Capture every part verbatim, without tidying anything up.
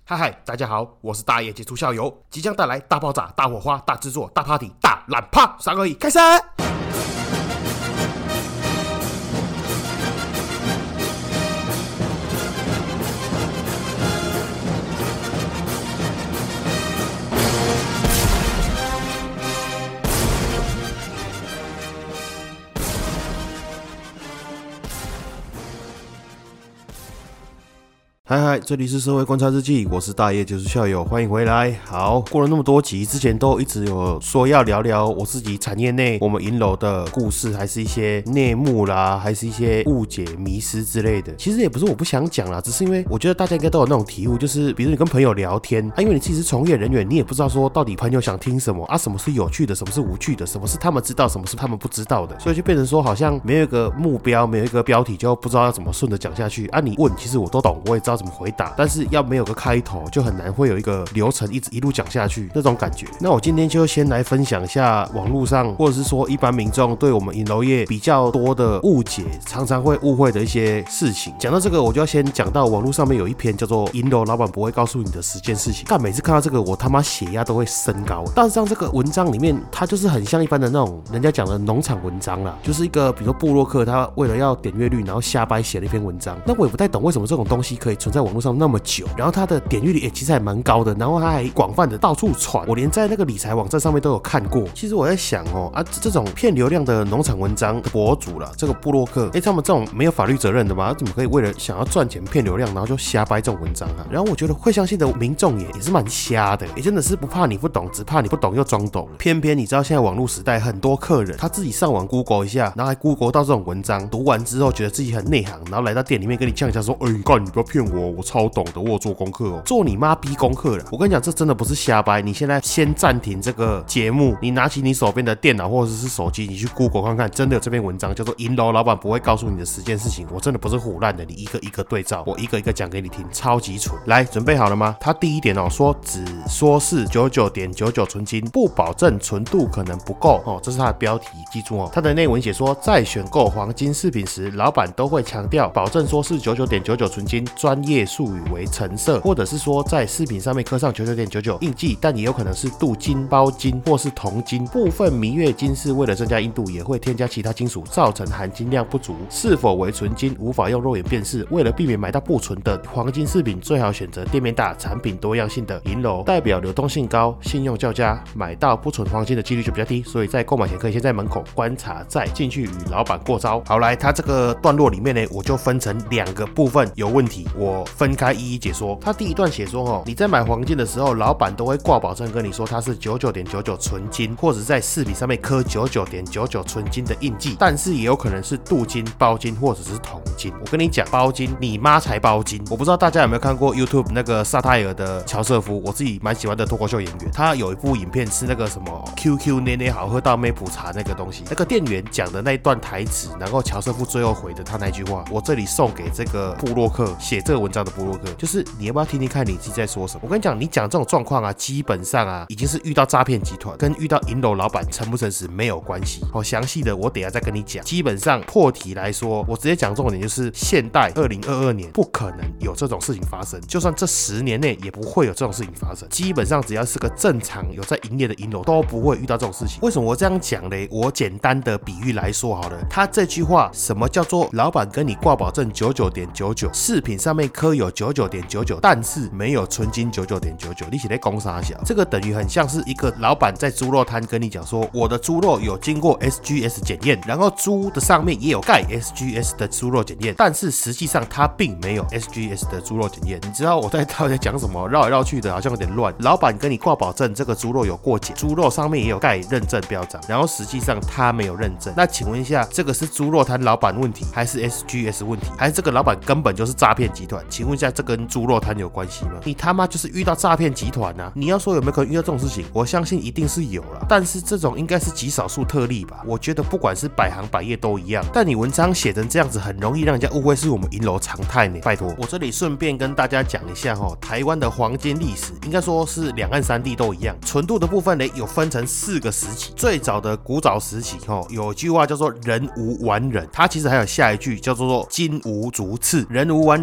嗨嗨，大家好，我是大业杰出校友，即将带来大爆炸、大火花、大制作、大 party、大懒趴，三二一，开始！嗨嗨，这里是社会观察日记，我是大业杰出校友，欢迎回来。好，过了那么多集，之前都一直有说要聊聊我自己产业内我们银楼的故事，还是一些内幕啦，还是一些误解、迷失之类的。其实也不是我不想讲啦，只是因为我觉得大家应该都有那种体悟，就是比如你跟朋友聊天啊，因为你自己是从业人员，你也不知道说到底朋友想听什么啊，什么是有趣的，什么是无趣的，什么是他们知道，什么是他们不知道的，所以就变成说好像没有一个目标，没有一个标题，就不知道要怎么顺着讲下去啊。你问，其实我都懂，我也知道怎么回答，但是要没有个开头，就很难会有一个流程一直一路讲下去那种感觉。那我今天就先来分享一下网络上或者是说一般民众对我们银楼业比较多的误解，常常会误会的一些事情。讲到这个，我就要先讲到网络上面有一篇叫做银楼老板不会告诉你的十件事情。但每次看到这个，我他妈血压都会升高。但是像这个文章里面，它就是很像一般的那种人家讲的农场文章啦，就是一个比如说部落客，他为了要点阅率，然后瞎掰写了一篇文章。那我也不太懂为什么这种东西可以存在网络上那么久，然后它的点阅率也其实还蛮高的，然后它还广泛的到处传，我连在那个理财网站上面都有看过。其实我在想哦啊，这种骗流量的农场文章的博主啦，这个部落客，哎，他们这种没有法律责任的吗？怎么可以为了想要赚钱骗流量，然后就瞎掰这种文章啊？然后我觉得会相信的民众也也是蛮瞎的，也真的是不怕你不懂，只怕你不懂又装懂。偏偏你知道现在网络时代，很多客人他自己上网 Google 一下，然后还 Google 到这种文章，读完之后觉得自己很内行，然后来到店里面跟你呛一下说，哎，干你不要骗我，我超懂的，我有做功课哦。做你妈逼功课了！我跟你讲，这真的不是瞎掰。你现在先暂停这个节目，你拿起你手边的电脑或者是手机，你去 Google 看看，真的有这篇文章叫做《银楼老板不会告诉你的十件事情》。我真的不是唬烂的，你一个一个对照，我一个一个讲给你听，超级蠢。来，准备好了吗？他第一点哦，说只说是 九十九点九九 纯金，不保证纯度可能不够哦，这是他的标题，记住哦。他的内文写说，在选购黄金饰品时，老板都会强调保证说是 九十九点九九 纯金，专业术语为成色，或者是说在饰品上面刻上 九十九点九九 印记，但也有可能是镀金、包金或是铜金。部分明月金饰为了增加硬度，也会添加其他金属，造成含金量不足。是否为纯金，无法用肉眼辨识。为了避免买到不纯的黄金饰品，最好选择店面大、产品多样性的银楼，代表流动性高、信用较佳，买到不纯黄金的几率就比较低。所以在购买前可以先在门口观察，再进去与老板过招。好，来，他这个段落里面呢，我就分成两个部分有问题，我分开一一解说。他第一段写说哦，你在买黄金的时候，老板都会挂保证跟你说它是 九十九点九九 纯金，或者在饰品上面刻 九十九点九九 纯金的印记，但是也有可能是镀金、包金或者是铜金。我跟你讲，包金你妈才包金！我不知道大家有没有看过 YouTube 那个萨泰尔的乔瑟夫，我自己蛮喜欢的脱口秀演员，他有一部影片是那个什么 Q Q 奶奶好喝到妹普茶那个东西，那个店员讲的那一段台词，然后乔瑟夫最后回的他那句话，我这里送给这个部落客写这个文章的部落客，就是你要不要听听看你自己在说什么？我跟你讲，你讲这种状况啊，基本上啊，已经是遇到诈骗集团，跟遇到银楼老板诚不诚实没有关系。好，详细的我等一下再跟你讲。基本上破题来说，我直接讲重点，就是现代二零二二年不可能有这种事情发生，就算这十年内也不会有这种事情发生。基本上只要是个正常有在营业的银楼，都不会遇到这种事情。为什么我这样讲嘞？我简单的比喻来说好了，他这句话什么叫做老板跟你挂保证 九十九点九九， 饰品上面刻有 九十九点九九， 但是没有纯金 九十九点九九， 你是在讲啥小？这个等于很像是一个老板在猪肉摊跟你讲说，我的猪肉有经过 S G S 检验，然后猪的上面也有盖 S G S 的猪肉检验，但是实际上它并没有 S G S 的猪肉检验。你知道我在到底在讲什么？绕来绕去的好像有点乱。老板跟你挂保证这个猪肉有过检，猪肉上面也有盖认证标章，然后实际上他没有认证。那请问一下，这个是猪肉摊老板问题，还是 S G S 问题，还是这个老板根本就是诈骗集团？请问一下，这跟猪肉摊有关系吗？你他妈就是遇到诈骗集团啊！你要说有没有可能遇到这种事情，我相信一定是有啦，但是这种应该是极少数特例吧。我觉得不管是百行百业都一样，但你文章写成这样子，很容易让人家误会是我们银楼常态呢。拜托，我这里顺便跟大家讲一下哦，台湾的黄金历史，应该说是两岸三地都一样，纯度的部分呢有分成四个时期。最早的古早时期哦，有一句话叫做人无完人，它其实还有下一句叫做金无足赤，人无完人，金无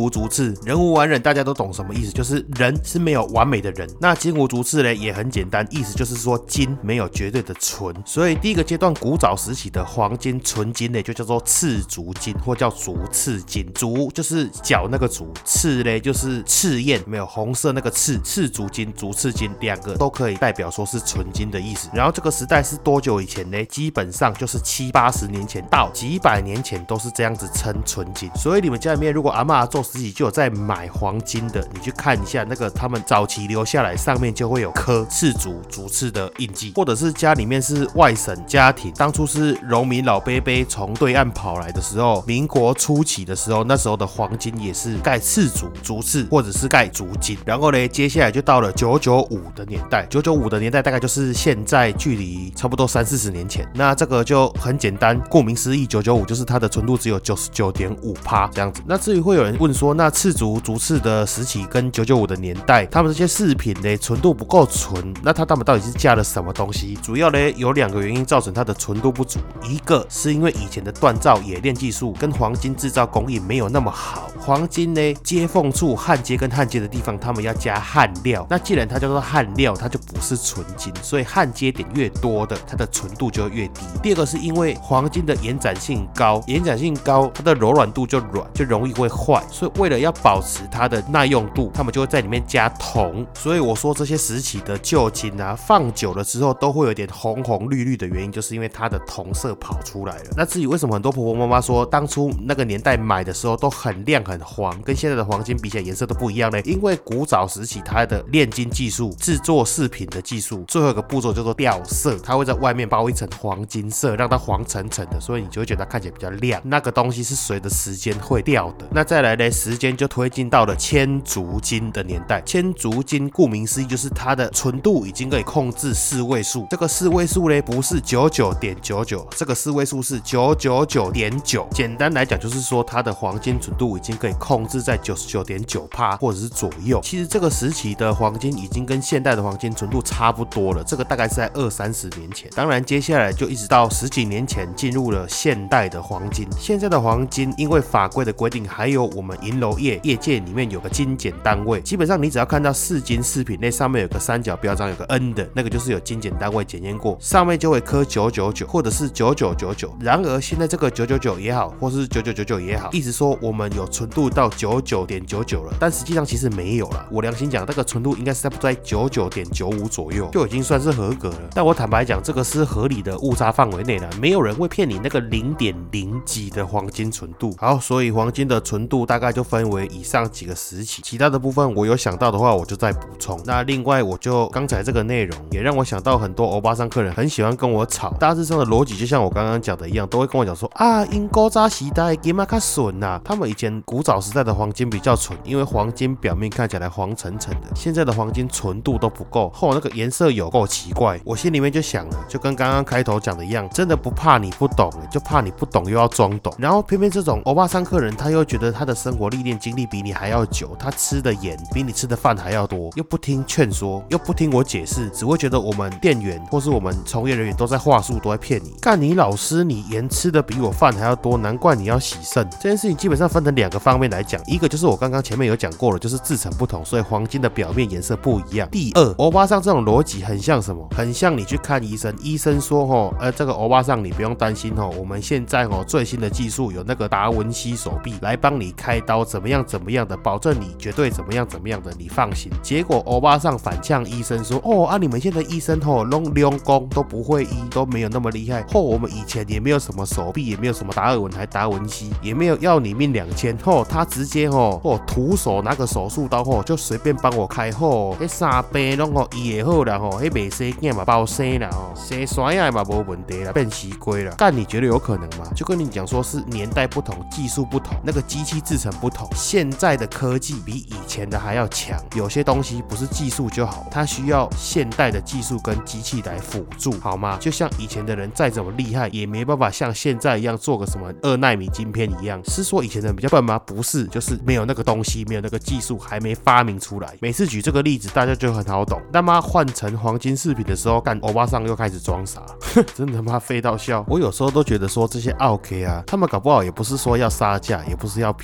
无足赤，人无完人，大家都懂什么意思，就是人是没有完美的人。那金无足赤呢，也很简单，意思就是说金没有绝对的纯。所以第一个阶段古早时期的黄金纯金呢，就叫做赤足金，或叫足赤金。足就是脚那个足，赤呢就是赤焰，没有红色那个赤，赤足金、足赤金两个都可以代表说是纯金的意思。然后这个时代是多久以前呢？基本上就是七八十年前到几百年前都是这样子称纯金。所以你们家里面如果阿嬷阿祖时期就有在买黄金的，你去看一下那个他们早期留下来，上面就会有刻赤足、足赤的印记，或者是家里面是外省家庭，当初是农民老伯伯从对岸跑来的时候，民国初期的时候，那时候的黄金也是盖赤足、足赤或者是盖足金。然后呢，接下来就到了九九五的年代，九九五的年代大概就是现在距离差不多三四十年前。那这个就很简单，顾名思义，九九五就是它的纯度只有 百分之九十九点五 这样子。那至于会有人问说，那赤足、足赤的时期跟九九五的年代，他们这些饰品呢纯度不够纯，那它他们到底是加了什么东西？主要呢有两个原因造成它的纯度不足，一个是因为以前的锻造冶炼技术跟黄金制造工艺没有那么好，黄金呢接缝处焊接跟焊接的地方，他们要加焊料，那既然它叫做焊料，它就不是纯金，所以焊接点越多的，它的纯度就越低。第二个是因为黄金的延展性高，延展性高，它的柔软度就软，就容易会坏，所以为了要保持它的耐用度，他们就会在里面加铜。所以我说这些时期的旧金啊，放久了之后都会有点红红绿绿的原因，就是因为它的铜色跑出来了。那至于为什么很多婆婆妈妈说当初那个年代买的时候都很亮很黄，跟现在的黄金比起来颜色都不一样呢？因为古早时期它的炼金技术、制作饰品的技术，最后一个步骤叫做掉色，它会在外面包一层黄金色，让它黄沉沉的，所以你就会觉得它看起来比较亮。那个东西是随着时间会掉的。那再来呢，时间就推进到了千足金的年代。千足金顾名思义就是它的纯度已经可以控制四位数，这个四位数呢不是 九十九点九九， 这个四位数是 九百九十九点九。简单来讲就是说它的黄金纯度已经可以控制在 百分之九十九点九 或者是左右。其实这个时期的黄金已经跟现代的黄金纯度差不多了，这个大概是在二三十年前。当然接下来就一直到十几年前进入了现代的黄金。现在的黄金因为法规的规定，还有我们银楼业业界里面有个精简单位，基本上你只要看到四金饰品那上面有个三角标章有个 N 的，那个就是有精简单位检验过，上面就会刻九百九十九或者是九九九九。然而现在这个九九九也好，或是九九九九也好，一直说我们有纯度到 九十九点九九 了，但实际上其实没有了。我良心讲，这个纯度应该是在不在 九十九点九五 左右，就已经算是合格了。但我坦白讲，这个是合理的误差范围内了，没有人会骗你那个 零点零几的黄金纯度。好，所以黄金的纯度大概就分为以上几个时期，其他的部分我有想到的话我就再补充。那另外我就刚才这个内容也让我想到很多欧巴桑客人很喜欢跟我吵，大致上的逻辑就像我刚刚讲的一样，都会跟我讲说啊，因古早时代金嘛较纯呐，他们以前古早时代的黄金比较纯，因为黄金表面看起来黄沉沉的，现在的黄金纯度都不够，后那个颜色有够奇怪。我心里面就想了，就跟刚刚开头讲的一样，真的不怕你不懂，就怕你不懂又要装懂。然后偏偏这种欧巴桑客人，他又觉得他的生活历练经历比你还要久，他吃的盐比你吃的饭还要多，又不听劝说，又不听我解释，只会觉得我们店员或是我们从业人员都在话术，都在骗你。干你老师，你盐吃的比我饭还要多，难怪你要洗肾。这件事情基本上分成两个方面来讲，一个就是我刚刚前面有讲过了，就是制成不同，所以黄金的表面颜色不一样。第二，欧巴桑这种逻辑很像什么？很像你去看医生，医生说吼，呃，这个欧巴桑你不用担心吼，我们现在吼最新的技术有那个达文西手臂来帮你开刀，怎么样怎么样的，保证你绝对怎么样怎么样的，你放心。结果欧巴桑反呛医生说，哦啊，你们现在医生吼弄用功都不会医，都没有那么厉害。吼，我们以前也没有什么手臂，也没有什么达尔文还达文西，也没有要你命两千。吼，他直接吼，哦徒手拿个手术刀吼，就随便帮我开。吼，那三病拢吼医也好啦吼，那未生囝嘛包生啦吼，生衰仔嘛无问题啦，变西龟了。干，你觉得有可能吗？就跟你讲说是年代不同，技术不同，那个机器制成不同。现在的科技比以前的还要强，有些东西不是技术就好，它需要现代的技术跟机器来辅助，好吗？就像以前的人再怎么厉害，也没办法像现在一样做个什么二奈米晶片一样。是说以前的人比较笨吗？不是，就是没有那个东西，没有那个技术，还没发明出来。每次举这个例子，大家就很好懂。他妈换成黄金饰品的时候，干欧巴桑又开始装傻，真的他妈废到笑。我有时候都觉得说这些奥 K 啊，他们搞不好也不是说要杀价，也不是要便宜，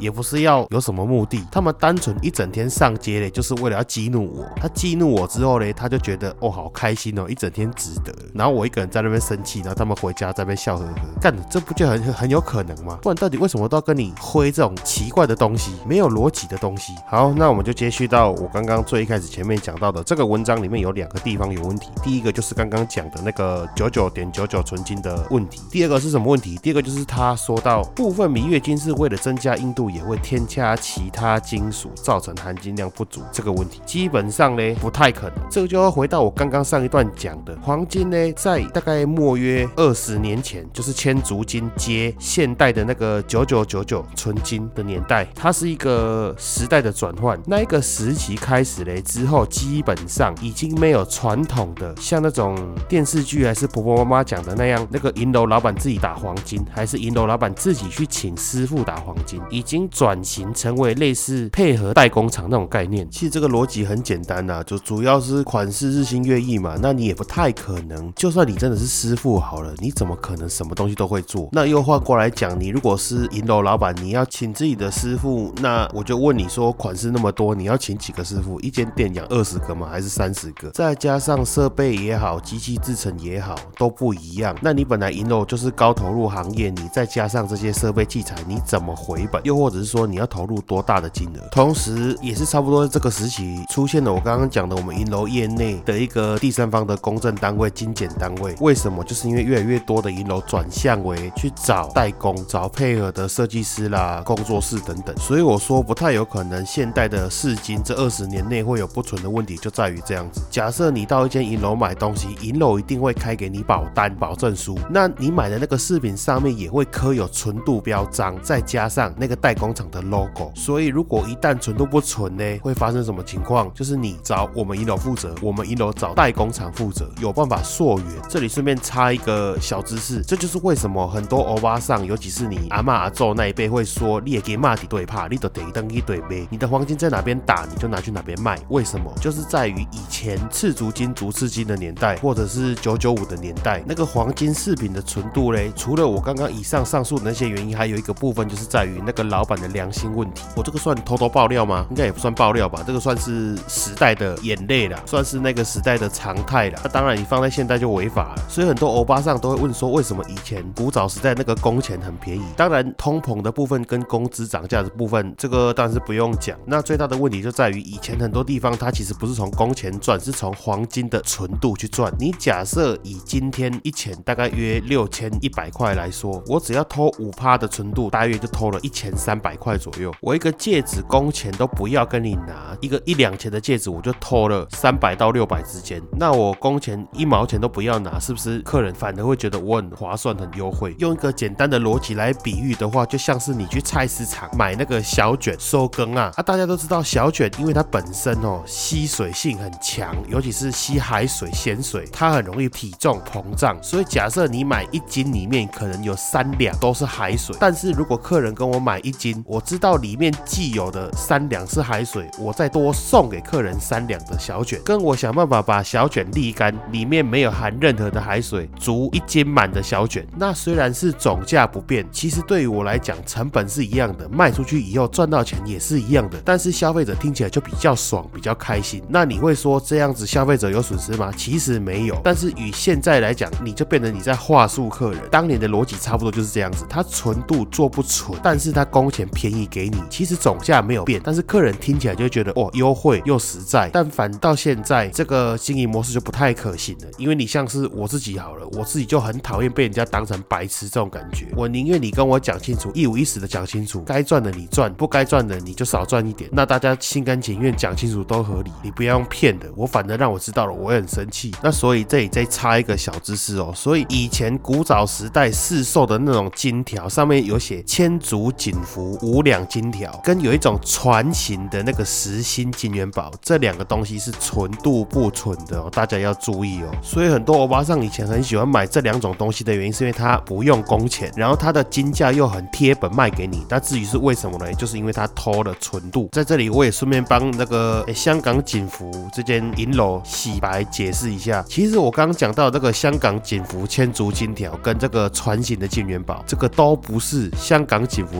也不是要有什么目的，他们单纯一整天上街嘞，就是为了要激怒我。他激怒我之后嘞，他就觉得哦好开心哦，一整天值得。然后我一个人在那边生气，然后他们回家在那边笑呵呵，干，这不就很很有可能吗？不然到底为什么都要跟你挥这种奇怪的东西，没有逻辑的东西？好，那我们就接续到我刚刚最一开始前面讲到的，这个文章里面有两个地方有问题。第一个就是刚刚讲的那个九九点九九纯金的问题，第二个是什么问题？第二个就是他说到部分蜜月金是为了增加硬度，也会添加其他金属，造成含金量不足这个问题，基本上呢不太可能。这个就要回到我刚刚上一段讲的，黄金呢在大概末约二十年前，就是千足金接现代的那个九九九九纯金的年代，它是一个时代的转换。那一个时期开始嘞之后，基本上已经没有传统的像那种电视剧还是婆婆妈妈讲的那样，那个银楼老板自己打黄金，还是银楼老板自己去请师傅打黄金，已经转型成为类似配合代工厂那种概念。其实这个逻辑很简单啊，就主要是款式日新月异嘛。那你也不太可能，就算你真的是师傅好了，你怎么可能什么东西都会做？那又换过来讲，你如果是银楼老板，你要请自己的师傅，那我就问你说，款式那么多，你要请几个师傅？一间店养二十个吗？还是三十个？再加上设备也好，机器制成也好，都不一样。那你本来银楼就是高投入行业，你再加上这些设备器材，你怎么回本？又或者是说你要投入多大的金额？同时也是差不多这个时期出现了我刚刚讲的我们银楼业内的一个第三方的公证单位、精简单位。为什么？就是因为越来越多的银楼转向为去找代工、找配合的设计师啦、工作室等等。所以我说不太有可能现代的市金这二十年内会有不纯的问题，就在于这样子。假设你到一间银楼买东西，银楼一定会开给你保单、保证书，那你买的那个饰品上面也会刻有纯度标章，再加上那个代工厂的 logo。所以如果一旦纯度不纯呢，会发生什么情况？就是你找我们银楼负责，我们银楼找代工厂负责，有办法溯源。这里顺便插一个小知识，这就是为什么很多欧巴桑，尤其是你阿嬷阿祖那一辈会说，你也给骂底对怕，你都得登一对呗，你的黄金在哪边打，你就拿去哪边卖。为什么？就是在于以前赤足金、足赤金的年代，或者是九九五的年代，那个黄金饰品的纯度嘞，除了我刚刚以上上述的那些原因，还有一个部分就是在于那个老板的良心问题。我这个算偷偷爆料吗？应该也不算爆料吧，这个算是时代的眼泪啦，算是那个时代的常态啦。那当然你放在现代就违法了，所以很多欧巴桑都会问说，为什么以前古早时代那个工钱很便宜？当然通膨的部分跟工资涨价的部分，这个当然是不用讲。那最大的问题就在于以前很多地方它其实不是从工钱赚，是从黄金的纯度去赚。你假设以今天一钱大概约六千一百块来说，我只要偷 百分之五 的纯度，大约就偷了一千三百块左右。我一个戒指工钱都不要跟你拿，一个一两钱的戒指我就偷了三百到六百之间。那我工钱一毛钱都不要拿，是不是客人反而会觉得我很划算、很优惠？用一个简单的逻辑来比喻的话，就像是你去菜市场买那个小卷收羹啊，啊大家都知道小卷，因为它本身哦吸水性很强，尤其是吸海水、咸水，它很容易体重膨胀。所以假设你买一斤里面可能有三两都是海水，但是如果客人跟我买一斤，我知道里面既有的三两是海水，我再多送给客人三两的小卷，跟我想办法把小卷沥干，里面没有含任何的海水，足一斤满的小卷。那虽然是总价不变，其实对于我来讲成本是一样的，卖出去以后赚到钱也是一样的，但是消费者听起来就比较爽，比较开心。那你会说这样子消费者有损失吗？其实没有，但是与现在来讲，你就变成你在话术客人。当年的逻辑差不多就是这样子，它纯度做不纯，但是它工钱便宜给你，其实总价没有变，但是客人听起来就会觉得哦优惠又实在。但反到现在这个经营模式就不太可行了，因为你像是我自己好了，我自己就很讨厌被人家当成白痴这种感觉。我宁愿你跟我讲清楚，一五一十的讲清楚，该赚的你赚，不该赚的你就少赚一点，那大家心甘情愿讲清楚都合理，你不要用骗的，我反而让我知道了我会很生气。那所以这里再插一个小知识哦，所以以前古早时代市售的那种金条上面有写千足锦服五两金条，跟有一种船型的那个实心金元宝，这两个东西是纯度不纯的哦，大家要注意哦。所以很多欧巴桑以前很喜欢买这两种东西的原因，是因为它不用工钱，然后它的金价又很贴本卖给你。那至于是为什么呢？就是因为它偷了纯度。在这里我也顺便帮那个、欸、香港锦服这间银楼洗白解释一下。其实我刚刚讲到这个香港锦服千足金条跟这个船型的金元宝，这个都不是香港锦服这间银楼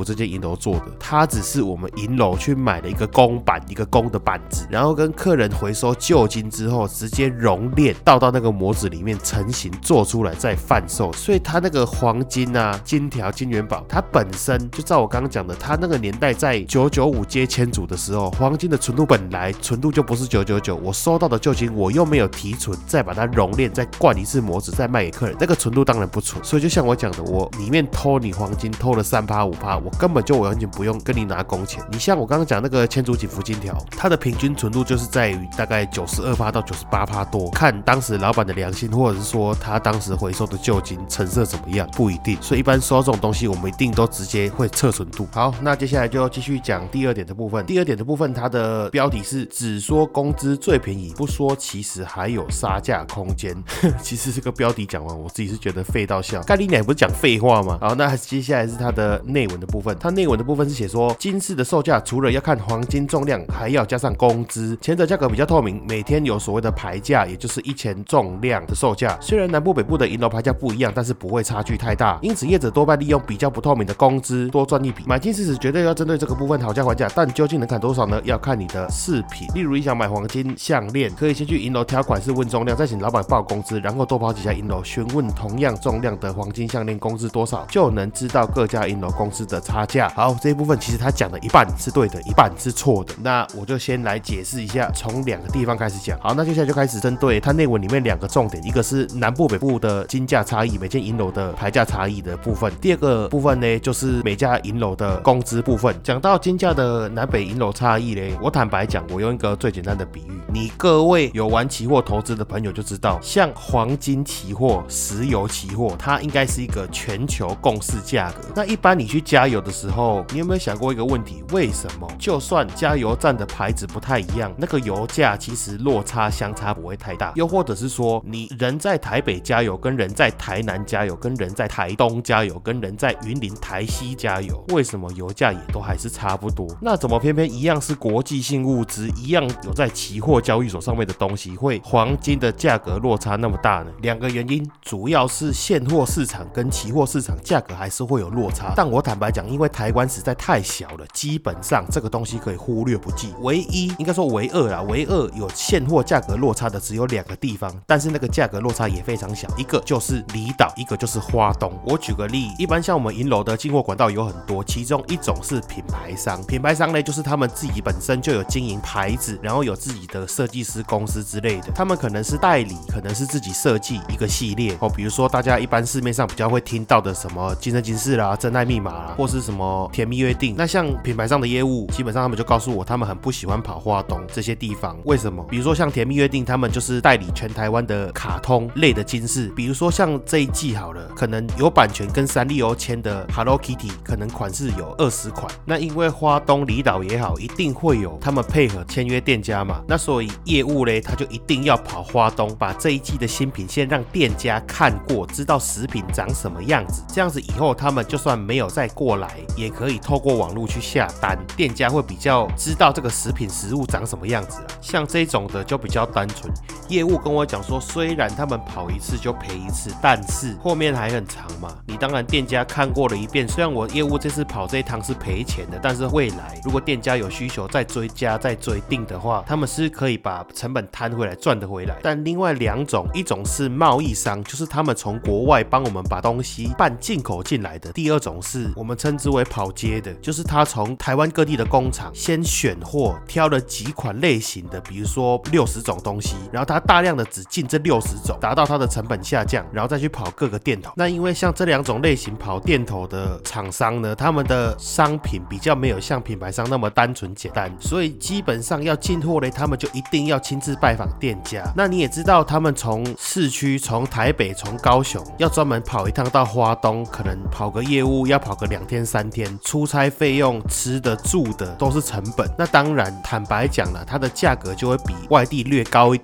油做的，它只是我们银楼去买了一个公板，一个公的板子，然后跟客人回收旧金之后，直接熔炼倒到那个模子里面成型做出来再贩售。所以它那个黄金啊、金条、金元宝，它本身就照我刚刚讲的，它那个年代在九九五街千组的时候，黄金的纯度本来纯度就不是九九九，我收到的旧金我又没有提纯，再把它熔炼，再灌一次模子，再卖给客人，那个纯度当然不纯。所以就像我讲的，我里面偷你黄金偷了三趴五趴，我根本就完全不用跟你拿工钱。你像我刚刚讲那个千足锦福金条，它的平均纯度就是在于大概九十二趴到九十八趴多，看当时老板的良心，或者是说他当时回收的旧金成色怎么样，不一定。所以一般收到这种东西，我们一定都直接会测纯度。好，那接下来就继续讲第二点的部分。第二点的部分，它的标题是只说工资最便宜，不说其实还有杀价空间。其实这个标题讲完，我自己是觉得废到笑。盖丽奶不是讲废话吗？好，那接下来是它的内文的部分。它内文的部分是写说，金饰的售价除了要看黄金重量，还要加上工资。前者价格比较透明，每天有所谓的牌价，也就是一钱重量的售价。虽然南部北部的银楼牌价不一样，但是不会差距太大。因此业者多半利用比较不透明的工资多赚一笔。买金饰时绝对要针对这个部分讨价还价，但究竟能砍多少呢？要看你的饰品。例如你想买黄金项链，可以先去银楼挑款式问重量，再请老板报工资，然后多跑几家银楼询问同样重量的黄金项链工资多少，就能知道各家银楼公司的差价。好，这一部分其实他讲的一半是对的，一半是错的。那我就先来解释一下，从两个地方开始讲。好，那接下来就开始针对它内文里面两个重点，一个是南部北部的金价差异，每间银楼的牌价差异的部分。第二个部分呢，就是每家银楼的工资部分。讲到金价的南北银楼差异呢，我坦白讲，我用一个最简单的比喻，你各位有玩期货投资的朋友就知道，像黄金期货、石油期货，它应该是一个全球共识价格。那一般你去加油的时候，你有没有想过一个问题？为什么就算加油站的牌子不太一样，那个油价其实落差相差不会太大？又或者是说，你人在台北加油，跟人在台南加油，跟人在台东加油，跟人在云林台西加油，为什么油价也都还是差不多？那怎么偏偏一样是国际性物资，一样有在期货交易所上面的东西，会黄金的价格落差那么大呢？两个原因，主要是现货市场跟期货市场价格还是会有落差。但我坦白讲，因为台湾实在太小了，基本上这个东西可以忽略不计。唯一应该说唯二啦，唯二有现货价格落差的只有两个地方，但是那个价格落差也非常小，一个就是离岛，一个就是花东。我举个例，一般像我们银楼的进货管道有很多，其中一种是品牌商，品牌商呢就是他们自己本身就有经营牌子，然后有自己的设计师公司之类的，他们可能是代理，可能是自己设计一个系列哦，比如说大家一般市面上比较会听到的什么今生今世啦、真爱密码啦，或是什么甜蜜约定。那像品牌商的业务，基本上他们就告诉我，他们很不喜欢跑花东这些地方。为什么？比如说像甜蜜约定，他们就是代理全台湾的卡通类的金饰，比如说像这一季好了，可能有版权跟三丽鸥签的 Hello Kitty， 可能款式有二十款。那因为花东离岛也好，一定会有他们配合签约店家嘛，那所以业务嘞，他就一定要跑花东，把这一季的新品先让店家看过，知道食品长什么样子，这样子以后他们就算没有再过来，也可以透过网络去下单，店家会比较知道这个食品食物长什么样子啊。像这种的就比较单纯，业务跟我讲说，虽然他们跑一次就赔一次，但是后面还很长嘛，你当然店家看过了一遍，虽然我业务这次跑这一趟是赔钱的，但是未来如果店家有需求再追加再追订的话，他们是可以把成本摊回来赚得回来。但另外两种，一种是贸易商，就是他们从国外帮我们把东西办进口进来的；第二种是我们称之为跑街的，就是他从台湾各地的工厂先选货，挑了几款类型的，比如说六十种东西，然后他大量的只进这六十种，达到他的成本下降，然后再去跑各个店头。那因为像这两种类型跑店头的厂商呢，他们的商品比较没有像品牌商那么单纯简单，所以基本上要进货嘞，他们就一定要亲自拜访店家。那你也知道，他们从市区、从台北、从高雄，要专门跑一趟到花东，可能跑个业务要跑个两天三天，出差费用、吃的住的都是成本。那当然，坦白讲了，它的价格就会比外地略高一点点。但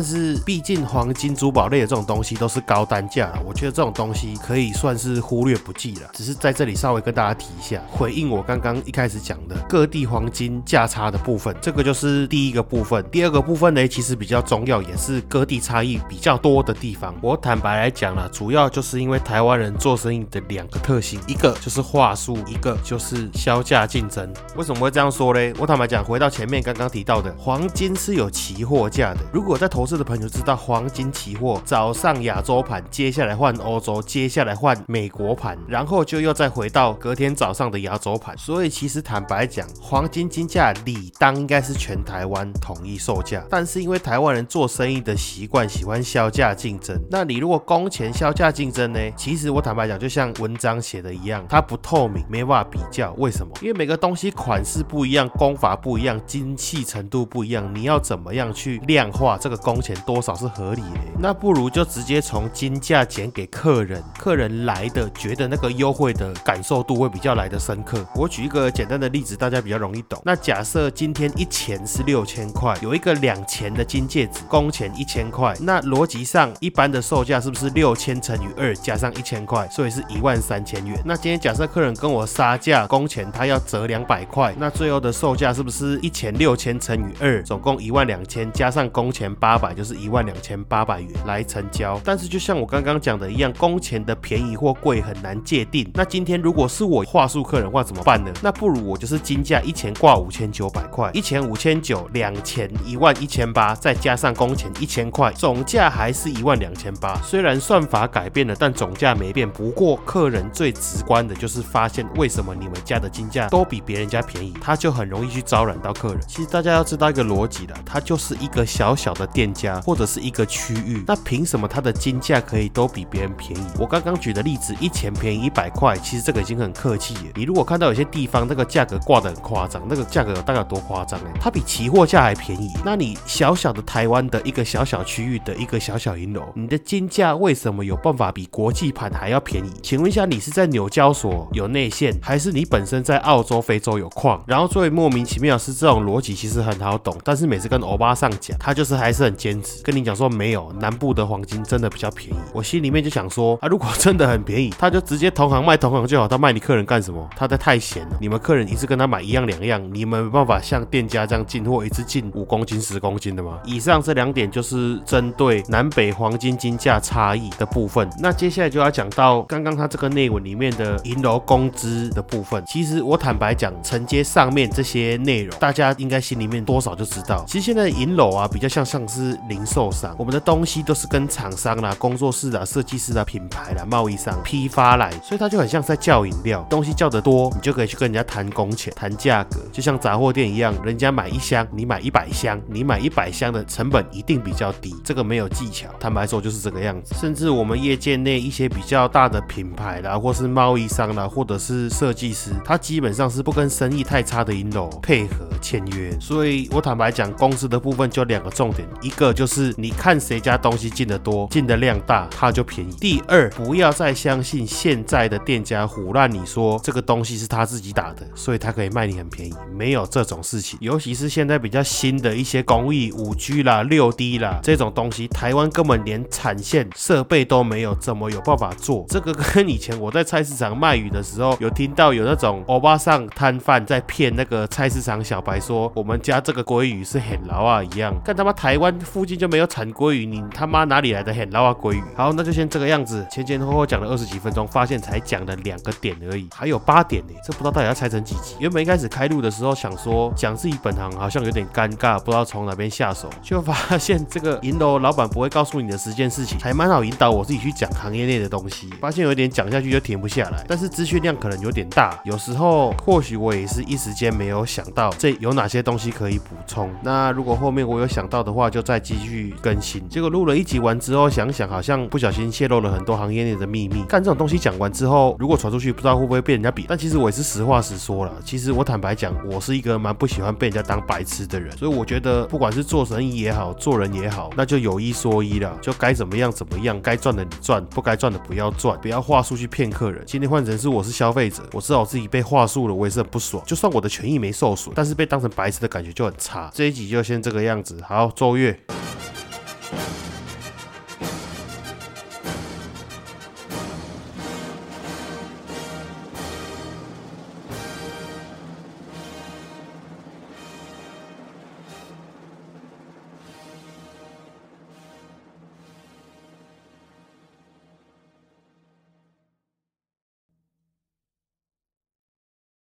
但是毕竟黄金珠宝类的这种东西都是高单价了，我觉得这种东西可以算是忽略不计了。只是在这里稍微跟大家提一下，回应我刚刚一开始讲的各地黄金价差的部分，这个就是第一个部分。第二个部分呢，其实比较重要，也是各地差异比较多的地方。我坦白来讲啦，主要就是因为台湾人做生意的两个特性，一个就是话术，一个就是销价竞争。为什么会这样说呢？我坦白讲，回到前面刚刚提到的，黄金是有期货价的。如果在投资的朋友知道，黄金期货早上亚洲盘，接下来换欧洲，接下来换美国盘，然后就又再回到隔天早上的亚洲盘。所以其实坦白讲，黄金金价理当应该是全台湾统一售价，但是因为台湾人做生意的习惯喜欢销价竞争，那你如果工钱销价竞争呢？其实我坦白讲，就像文章写的一样，它不透明，没办法比较。为什么？因为每个东西款式不一样，工法不一样，精细程度不一样，你要怎么样去量化这个工钱多少是合理的？那不如就直接从金价减给客人，客人来的觉得那个优惠的感受度会比较来的深刻。我举一个简单的例子，大家比较容易懂。那假设今天一钱是六千块，有一个两钱的金戒指，工钱一千块，那逻辑上一般的售价是不是六千乘以二加上一千块，所以是一万三千元？那今天假设客人跟我杀价，工钱他要折两百块，那最后的售价是不是一钱六千乘以二，总共一万两千，加上工钱八百，就是一万两千八百元来成交？但是就像我刚刚讲的一样，工钱的便宜或贵很难界定。那今天如果是我话术客人的话怎么办呢？那不如我就是金价一钱挂五千九百块，一钱五千九，两钱一万一千八，再加上工钱一千块，总价还是一万两千八。虽然算法改变了，但总价没变。不过客人最直观的就是发现为什么你们家的金价都比别人家便宜，他就很容易去招揽到客人。其实大家要知道一个逻辑啦，它就是一个小小的店家或者是一个区域，那凭什么它的金价可以都比别人便宜？我刚刚举的例子，一钱便宜一百块，其实这个已经很客气了。你如果看到有些地方那个价格挂得很夸张，那个价格大概有多夸张？它比期货价还便宜。那你小小的台湾的一个小小区域的一个小小银楼，你的金价为什么有办法比国际盘还要便宜？请问一下，你是在纽交所有内线，还是你本身在澳洲、非洲有矿？然后最莫名其妙是这种逻辑其实很好懂，但是每次跟欧巴桑讲，他就是还是很坚持跟你讲说没有，南部的黄金真的比较便宜。我心里面就想说，啊，如果真的很便宜，他就直接同行卖同行就好，他卖你客人干什么？他在太闲了。你们客人一次跟他买一样两样，你们没办法像店家这样进货，一次进五公斤、十公斤的吗？以上这两点就是针对南北黄金金价差异的部分。那接下来就要讲到刚刚他这个内文里面的银楼工资的部分。其实我坦白讲，承接上面这些内容，大家应该心里面多少就知道，其实现在的银楼啊，比较像像是零售商，我们的东西都是跟厂商啦、工作室啦、设计师啦、品牌啦、贸易商批发来，所以它就很像在叫饮料，东西叫得多，你就可以去跟人家谈工钱、谈价格，就像杂货店一样，人家买一箱，你买一百箱，你买一百箱的成本一定比较低，这个没有技巧，坦白说就是这个样子。甚至我们业界内一些比较大的品牌啦，或是贸易商啦，或者是设计师，他基本上是不跟生意太差的银楼配合签约。所以我坦白讲，公司的部分就两个重点，一个就是你看谁家东西进得多，进的量大，它就便宜。第二，不要再相信现在的店家唬烂你说这个东西是他自己打的，所以他可以卖你很便宜，没有这种事情。尤其是现在比较新的一些工艺 五 G 啦、六 D 啦这种东西，台湾根本连产线设备都没有，怎么有办法做？这个跟以前我在菜市场卖鱼的时候，有听到有那种欧巴桑摊贩在骗那个菜市场小白说我们家这个鲑鱼是很老啊一样，干他妈台湾附近就没有产鲑鱼，你他妈哪里来的很老啊鲑鱼？好，那就先这个样子，前前后后讲了二十几分钟，发现才讲了两个点而已，还有八点呢，这不知道大家要拆成几集。原本一开始开录的时候想说讲自己本行好像有点尴尬，不知道从哪边下手，就发现这个银楼老板不会告诉你的十件事情，还蛮好引导我自己去讲行业内的东西。发现有点讲下去就停不下来，但是资讯量可能有点大，有时候或许我也是一时间没有想到这有哪些东西可以补充。那如果后面我有想到的话，就再继续更新。结果录了一集完之后，想想好像不小心泄露了很多行业内的秘密。干这种东西讲完之后，如果传出去，不知道会不会被人家比。但其实我也是实话实说了。其实我坦白讲，我是一个蛮不喜欢被人家当白痴的人，所以我觉得不管是做生意也好，做人也好，那就有一说一了，就该怎么样怎么样，该赚的你赚，不该赚的不要赚，不要话术去骗客人。今天换成是我是消费者，我知道我自己被话术了，我也是很不爽。就算我的权益没受损，但是被当成白痴的感觉就很差。这一集就先这个样子，好，周月。